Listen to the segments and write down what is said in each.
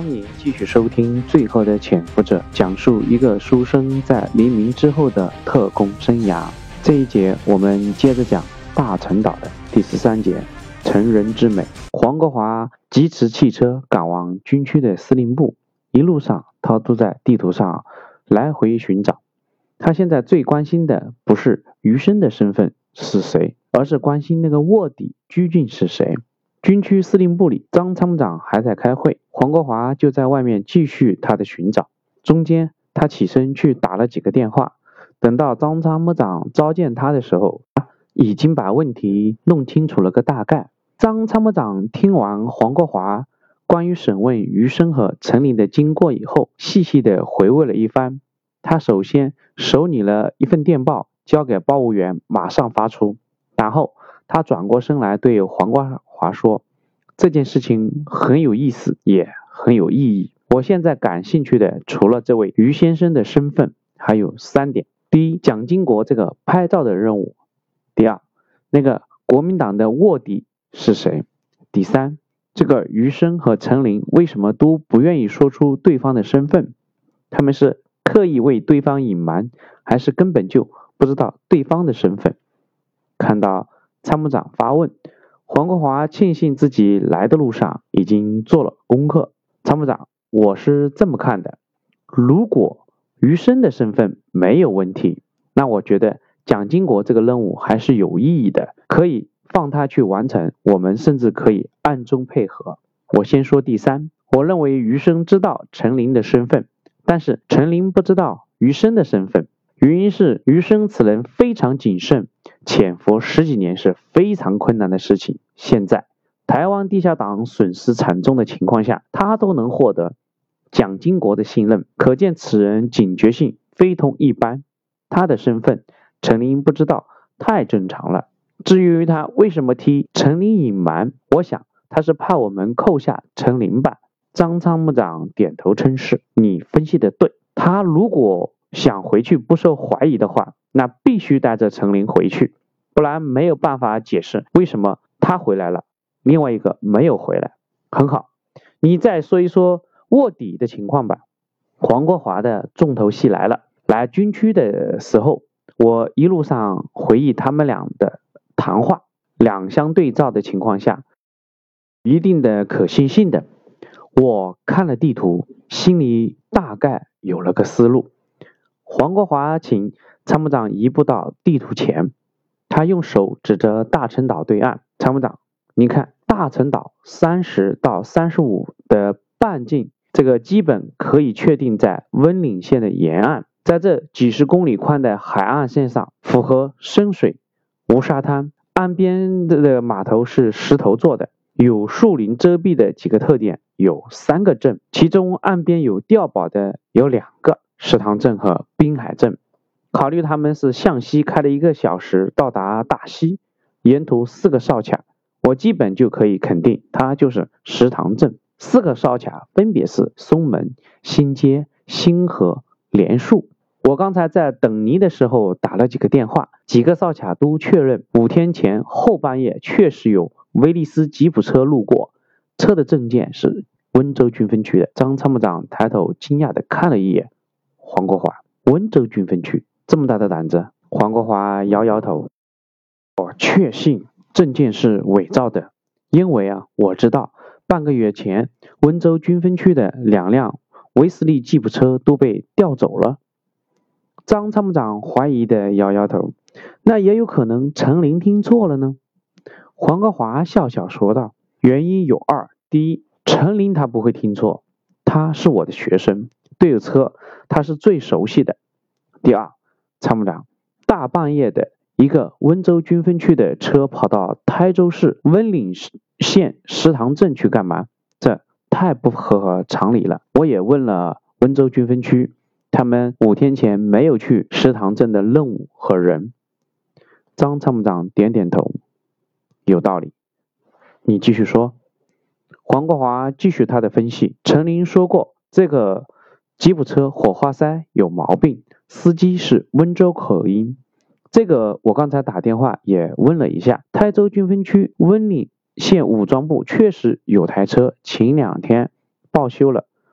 欢迎继续收听《最后的潜伏者》，讲述一个书生在黎明之后的特工生涯。这一节我们接着讲大陈岛的第13节，成人之美。黄国华疾驰汽车赶往军区的司令部，一路上他都在地图上来回寻找。他现在最关心的不是余生的身份是谁，而是关心那个卧底究竟是谁。军区司令部里，张参谋长还在开会，黄国华就在外面继续他的寻找。中间他起身去打了几个电话，等到张参谋长召见他的时候，已经把问题弄清楚了个大概。张参谋长听完黄国华关于审问余生和陈林的经过以后，细细的回味了一番。他首先手拟了一份电报，交给报务员马上发出，然后他转过身来对黄国华说，这件事情很有意思，也很有意义。我现在感兴趣的除了这位余先生的身份，还有3点。第一，蒋经国这个拍照的任务。第二，那个国民党的卧底是谁？第三，这个余生和陈林为什么都不愿意说出对方的身份？他们是刻意为对方隐瞒，还是根本就不知道对方的身份？看到参谋长发问，黄国华庆幸自己来的路上已经做了功课。参谋长，我是这么看的，如果余生的身份没有问题，那我觉得蒋经国这个任务还是有意义的，可以放他去完成，我们甚至可以暗中配合。我先说第三，我认为余生知道陈林的身份，但是陈林不知道余生的身份，原因是余生此人非常谨慎，潜伏10几年是非常困难的事情。现在台湾地下党损失惨重的情况下，他都能获得蒋经国的信任，可见此人警觉性非同一般。他的身份陈林不知道，太正常了。至于他为什么替陈林隐瞒，我想他是怕我们扣下陈林吧。张参谋长点头称是，你分析的对，他如果想回去不受怀疑的话，那必须带着陈林回去，不然没有办法解释为什么他回来了，另外一个没有回来。很好，你再说一说卧底的情况吧。黄国华的重头戏来了。来军区的时候，我一路上回忆他们俩的谈话，两相对照的情况下，一定的可信性的。我看了地图，心里大概有了个思路。黄国华请参谋长移步到地图前，他用手指着大陈岛对岸。参谋长，你看大陈岛30到35的半径，这个基本可以确定在温岭县的沿岸，在这几十公里宽的海岸线上，符合深水无沙滩，岸边的码头是石头做的，有树林遮蔽的几个特点，有3个镇，其中岸边有碉堡的有2个，石塘镇和滨海镇。考虑他们是向西开了1个小时到达大溪，沿途4个哨卡，我基本就可以肯定它就是石塘镇。4个哨卡分别是松门、新街、新河、莲树。我刚才在等你的时候打了几个电话，几个哨卡都确认5天前后半夜确实有威利斯吉普车路过，车的证件是温州军分区的。张参谋长抬头惊讶地看了一眼黄国华，温州军分区这么大的胆子？黄国华摇摇头，我确信证件是伪造的，因为我知道半个月前温州军分区的2辆威斯利吉普车都被调走了。张参谋长怀疑的摇摇头，那也有可能陈林听错了呢。黄国华笑笑说道，原因有2，第一，陈林他不会听错，他是我的学生，对车他是最熟悉的。第二，参谋长，大半夜的一个温州军分区的车跑到台州市温岭县石塘镇去干嘛？这太不合常理了。我也问了温州军分区，他们5天前没有去石塘镇的任务和人。张参谋长点点头，有道理，你继续说。黄国华继续他的分析，陈林说过这个吉普车火花塞有毛病，司机是温州口音，这个我刚才打电话也问了一下，台州军分区温岭县武装部确实有台车，前2天报修了，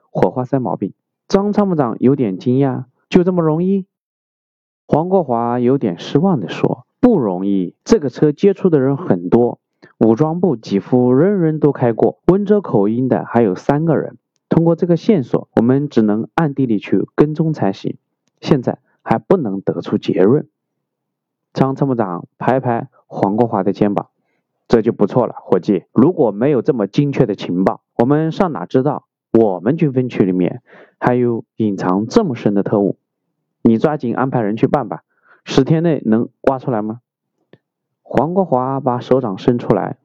火花塞毛病。张参谋长有点惊讶，就这么容易？黄国华有点失望地说，不容易，这个车接触的人很多，武装部几乎人人都开过，温州口音的还有3个人。通过这个线索，我们只能暗地里去跟踪才行，现在还不能得出结论。张参谋长拍拍黄国华的肩膀，这就不错了，伙计，如果没有这么精确的情报，我们上哪知道我们军分区里面还有隐藏这么深的特务？你抓紧安排人去办吧，10天内能挖出来吗？黄国华把手掌伸出来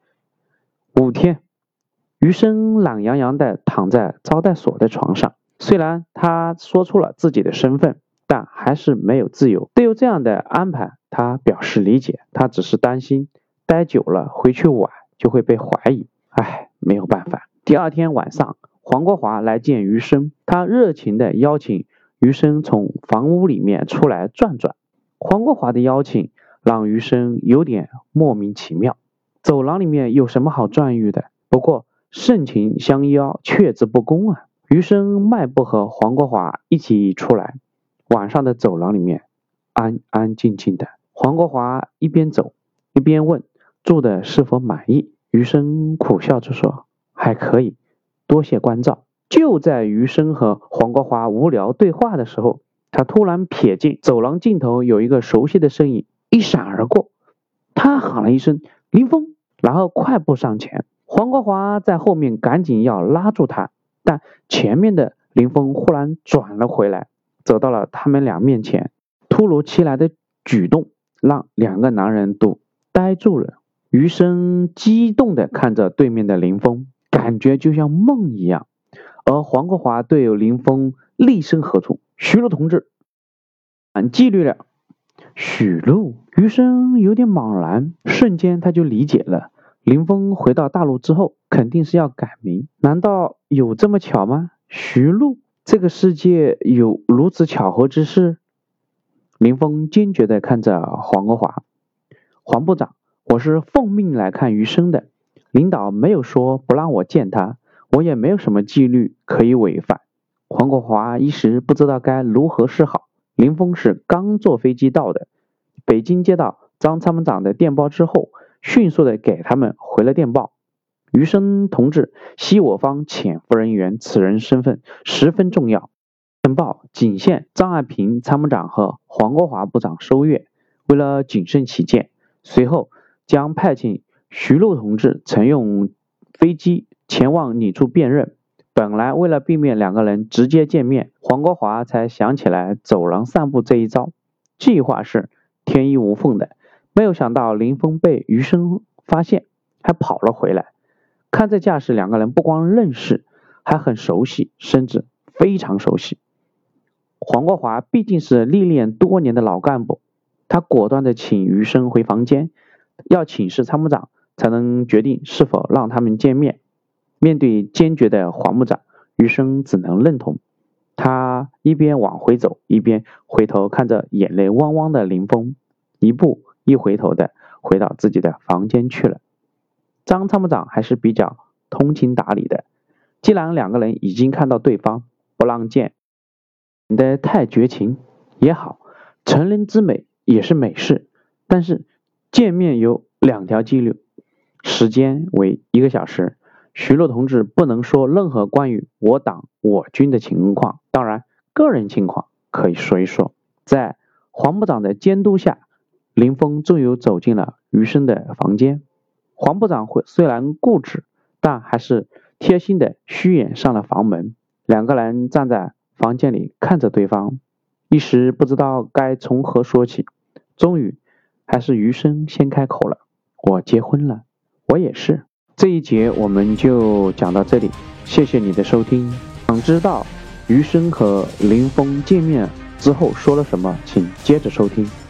，5天。余生懒洋洋地躺在招待所的床上，虽然他说出了自己的身份，但还是没有自由。对于这样的安排，他表示理解，他只是担心待久了回去晚就会被怀疑。没有办法。第2天晚上，黄国华来见余生，他热情地邀请余生从房屋里面出来转转。黄国华的邀请让余生有点莫名其妙，走廊里面有什么好转悠的？不过盛情相邀，却之不恭啊！余生迈步和黄国华一起出来，晚上的走廊里面安安静静的。黄国华一边走一边问住的是否满意。余生苦笑着说，还可以，多谢关照。就在余生和黄国华无聊对话的时候，他突然瞥见走廊尽头有一个熟悉的身影一闪而过，他喊了一声林峰，然后快步上前。黄国华在后面赶紧要拉住他，但前面的林峰忽然转了回来，走到了他们俩面前。突如其来的举动让2个男人都呆住了。余生激动地看着对面的林峰，感觉就像梦一样。而黄国华对林峰厉声喝出，徐璐同志，按纪律了。许璐，余生有点茫然，瞬间他就理解了，林峰回到大陆之后肯定是要改名，难道有这么巧吗？徐璐，这个世界有如此巧合之事？林峰坚决地看着黄国华，黄部长，我是奉命来看余生的，领导没有说不让我见他，我也没有什么纪律可以违反。黄国华一时不知道该如何是好。林峰是刚坐飞机到的，北京接到张参谋长的电报之后，迅速的给他们回了电报。余生同志系我方潜伏人员，此人身份十分重要。电报仅限张爱萍参谋长和黄国华部长收阅，为了谨慎起见，随后将派遣徐璐同志乘用飞机前往你处辨认。本来为了避免2个人直接见面，黄国华才想起来走廊散步这一招，计划是天衣无缝的。没有想到林峰被余生发现，还跑了回来。看这架势，2个人不光认识，还很熟悉，甚至非常熟悉。黄国华毕竟是历练多年的老干部，他果断地请余生回房间，要请示参谋长，才能决定是否让他们见面。面对坚决的黄部长，余生只能认同。他一边往回走，一边回头看着眼泪汪汪的林峰，一步一回头的回到自己的房间去了。张参谋长还是比较通情达理的，既然2个人已经看到对方，不让见显得太绝情也好，成人之美也是美事，但是见面有2条纪律，时间为1个小时。徐璐同志不能说任何关于我党我军的情况，当然个人情况可以说一说。在黄部长的监督下，林峰终于走进了余生的房间。黄部长虽然固执，但还是贴心的虚掩上了房门。2个人站在房间里看着对方，一时不知道该从何说起。终于还是余生先开口了，我结婚了。我也是。这一节我们就讲到这里，谢谢你的收听。想知道余生和林峰见面之后说了什么，请接着收听。